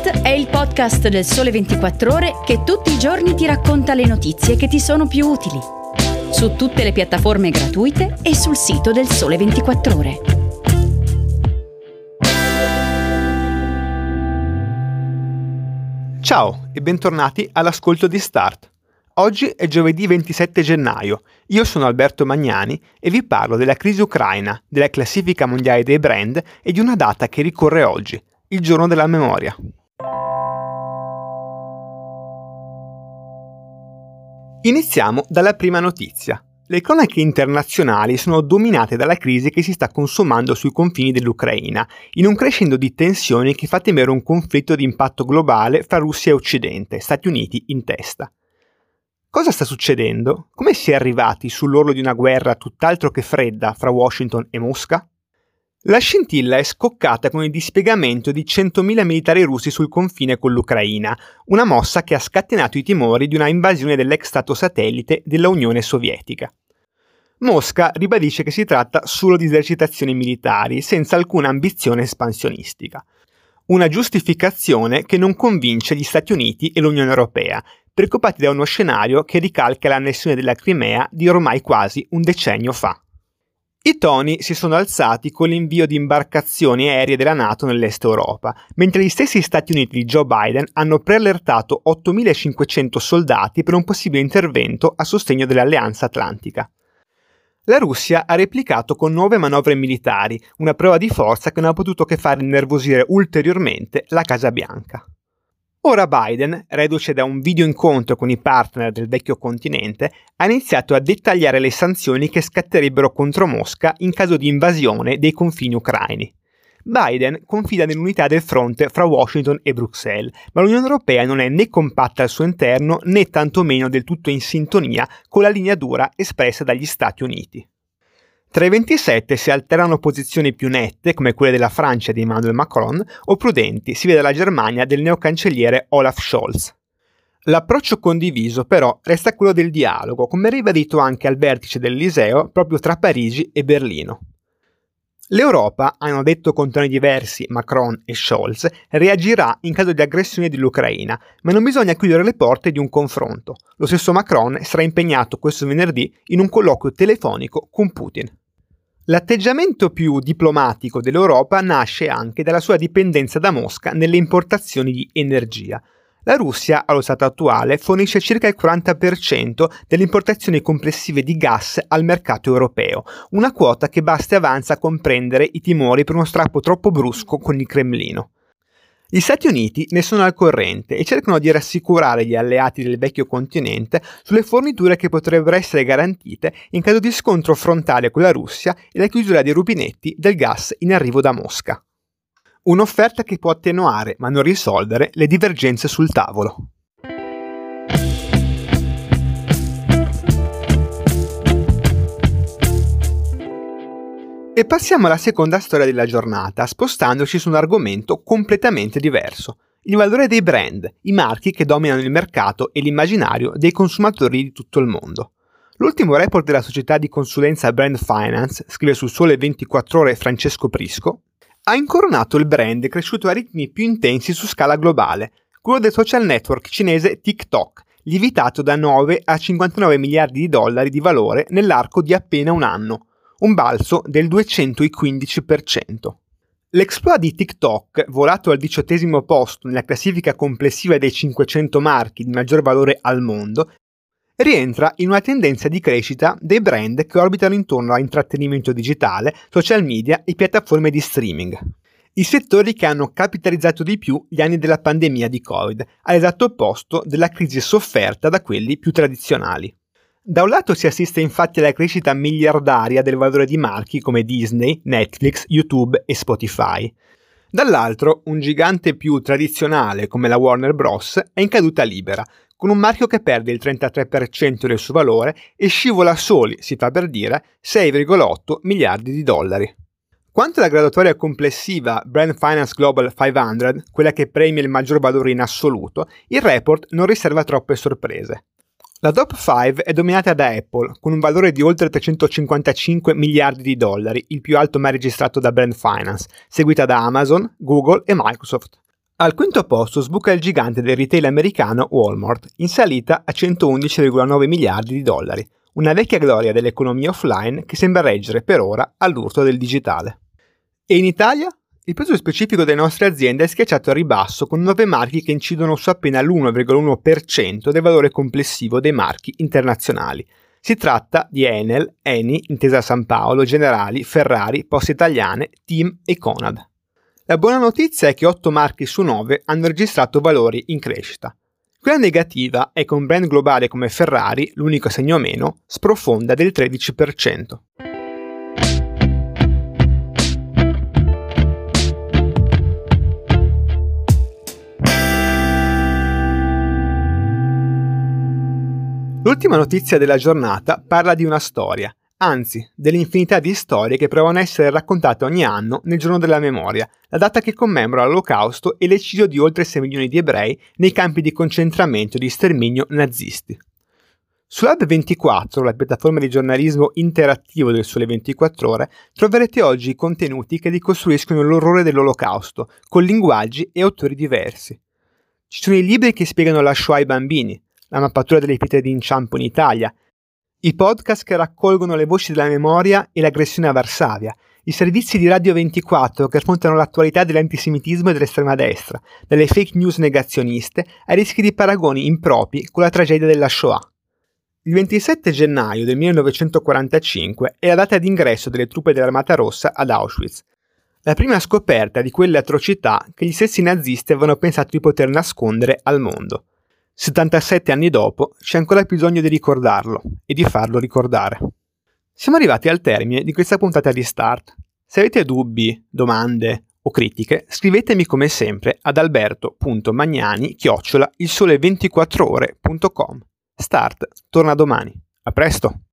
Start è il podcast del Sole 24 Ore che tutti i giorni ti racconta le notizie che ti sono più utili. Su tutte le piattaforme gratuite e sul sito del Sole 24 Ore. Ciao e bentornati all'ascolto di Start. Oggi è giovedì 27 gennaio, io sono Alberto Magnani e vi parlo della crisi ucraina, della classifica mondiale dei brand e di una data che ricorre oggi, il giorno della memoria. Iniziamo dalla prima notizia. Le cronache internazionali sono dominate dalla crisi che si sta consumando sui confini dell'Ucraina, in un crescendo di tensioni che fa temere un conflitto di impatto globale fra Russia e Occidente, Stati Uniti in testa. Cosa sta succedendo? Come si è arrivati sull'orlo di una guerra tutt'altro che fredda fra Washington e Mosca? La scintilla è scoccata con il dispiegamento di 100.000 militari russi sul confine con l'Ucraina, una mossa che ha scatenato i timori di una invasione dell'ex stato satellite della Unione Sovietica. Mosca ribadisce che si tratta solo di esercitazioni militari, senza alcuna ambizione espansionistica. Una giustificazione che non convince gli Stati Uniti e l'Unione Europea, preoccupati da uno scenario che ricalca l'annessione della Crimea di ormai quasi un decennio fa. I toni si sono alzati con l'invio di imbarcazioni aeree della NATO nell'est Europa, mentre gli stessi Stati Uniti di Joe Biden hanno preallertato 8.500 soldati per un possibile intervento a sostegno dell'Alleanza Atlantica. La Russia ha replicato con nuove manovre militari, una prova di forza che non ha potuto che far innervosire ulteriormente la Casa Bianca. Ora Biden, reduce da un video incontro con i partner del vecchio continente, ha iniziato a dettagliare le sanzioni che scatterebbero contro Mosca in caso di invasione dei confini ucraini. Biden confida nell'unità del fronte fra Washington e Bruxelles, ma l'Unione Europea non è né compatta al suo interno né tantomeno del tutto in sintonia con la linea dura espressa dagli Stati Uniti. Tra i 27 si alternano posizioni più nette, come quelle della Francia di Emmanuel Macron, o prudenti, si vede la Germania del neocancelliere Olaf Scholz. L'approccio condiviso, però, resta quello del dialogo, come ribadito anche al vertice dell'Eliseo proprio tra Parigi e Berlino. L'Europa, hanno detto con toni diversi Macron e Scholz, reagirà in caso di aggressione dell'Ucraina, ma non bisogna chiudere le porte di un confronto. Lo stesso Macron sarà impegnato questo venerdì in un colloquio telefonico con Putin. L'atteggiamento più diplomatico dell'Europa nasce anche dalla sua dipendenza da Mosca nelle importazioni di energia. La Russia, allo stato attuale, fornisce circa il 40% delle importazioni complessive di gas al mercato europeo, una quota che basta e avanza a comprendere i timori per uno strappo troppo brusco con il Cremlino. Gli Stati Uniti ne sono al corrente e cercano di rassicurare gli alleati del vecchio continente sulle forniture che potrebbero essere garantite in caso di scontro frontale con la Russia e la chiusura dei rubinetti del gas in arrivo da Mosca. Un'offerta che può attenuare, ma non risolvere, le divergenze sul tavolo. E passiamo alla seconda storia della giornata, spostandoci su un argomento completamente diverso: il valore dei brand, i marchi che dominano il mercato e l'immaginario dei consumatori di tutto il mondo. L'ultimo report della società di consulenza Brand Finance, scrive sul Sole 24 Ore Francesco Prisco, ha incoronato il brand cresciuto a ritmi più intensi su scala globale, quello del social network cinese TikTok, lievitato da 9 a 59 miliardi di dollari di valore nell'arco di appena un anno, un balzo del 215%. L'exploit di TikTok, volato al 18° posto nella classifica complessiva dei 500 marchi di maggior valore al mondo, rientra in una tendenza di crescita dei brand che orbitano intorno all'intrattenimento digitale, social media e piattaforme di streaming. I settori che hanno capitalizzato di più gli anni della pandemia di Covid, all'esatto opposto della crisi sofferta da quelli più tradizionali. Da un lato si assiste infatti alla crescita miliardaria del valore di marchi come Disney, Netflix, YouTube e Spotify. Dall'altro, un gigante più tradizionale come la Warner Bros. È in caduta libera, con un marchio che perde il 33% del suo valore e scivola a soli, si fa per dire, 6,8 miliardi di dollari. Quanto alla graduatoria complessiva Brand Finance Global 500, quella che premia il maggior valore in assoluto, il report non riserva troppe sorprese. La top 5 è dominata da Apple, con un valore di oltre 355 miliardi di dollari, il più alto mai registrato da Brand Finance, seguita da Amazon, Google e Microsoft. Al quinto posto sbuca il gigante del retail americano Walmart, in salita a 111,9 miliardi di dollari, una vecchia gloria dell'economia offline che sembra reggere per ora all'urto del digitale. E in Italia? Il prezzo specifico delle nostre aziende è schiacciato a ribasso con 9 marchi che incidono su appena l'1,1% del valore complessivo dei marchi internazionali. Si tratta di Enel, Eni, Intesa San Paolo, Generali, Ferrari, Poste Italiane, TIM e Conad. La buona notizia è che 8 marchi su 9 hanno registrato valori in crescita. Quella negativa è che un brand globale come Ferrari, l'unico segno meno, sprofonda del 13%. L'ultima notizia della giornata parla di una storia, anzi, dell'infinità di storie che provano a essere raccontate ogni anno nel giorno della memoria, la data che commemora l'Olocausto e l'eccidio di oltre 6 milioni di ebrei nei campi di concentramento e di sterminio nazisti. Su Lab24, la piattaforma di giornalismo interattivo del Sole 24 Ore, troverete oggi i contenuti che ricostruiscono l'orrore dell'Olocausto, con linguaggi e autori diversi. Ci sono i libri che spiegano la Shoah ai bambini, la mappatura delle pietre d'inciampo in Italia, i podcast che raccolgono le voci della memoria e l'aggressione a Varsavia, i servizi di Radio 24 che affrontano l'attualità dell'antisemitismo e dell'estrema destra, dalle fake news negazioniste ai rischi di paragoni impropri con la tragedia della Shoah. Il 27 gennaio del 1945 è la data d'ingresso delle truppe dell'Armata Rossa ad Auschwitz, la prima scoperta di quelle atrocità che gli stessi nazisti avevano pensato di poter nascondere al mondo. 77 anni dopo c'è ancora bisogno di ricordarlo e di farlo ricordare. Siamo arrivati al termine di questa puntata di Start. Se avete dubbi, domande o critiche, scrivetemi come sempre ad alberto.magnani@ilsole24ore.com. Start torna domani. A presto!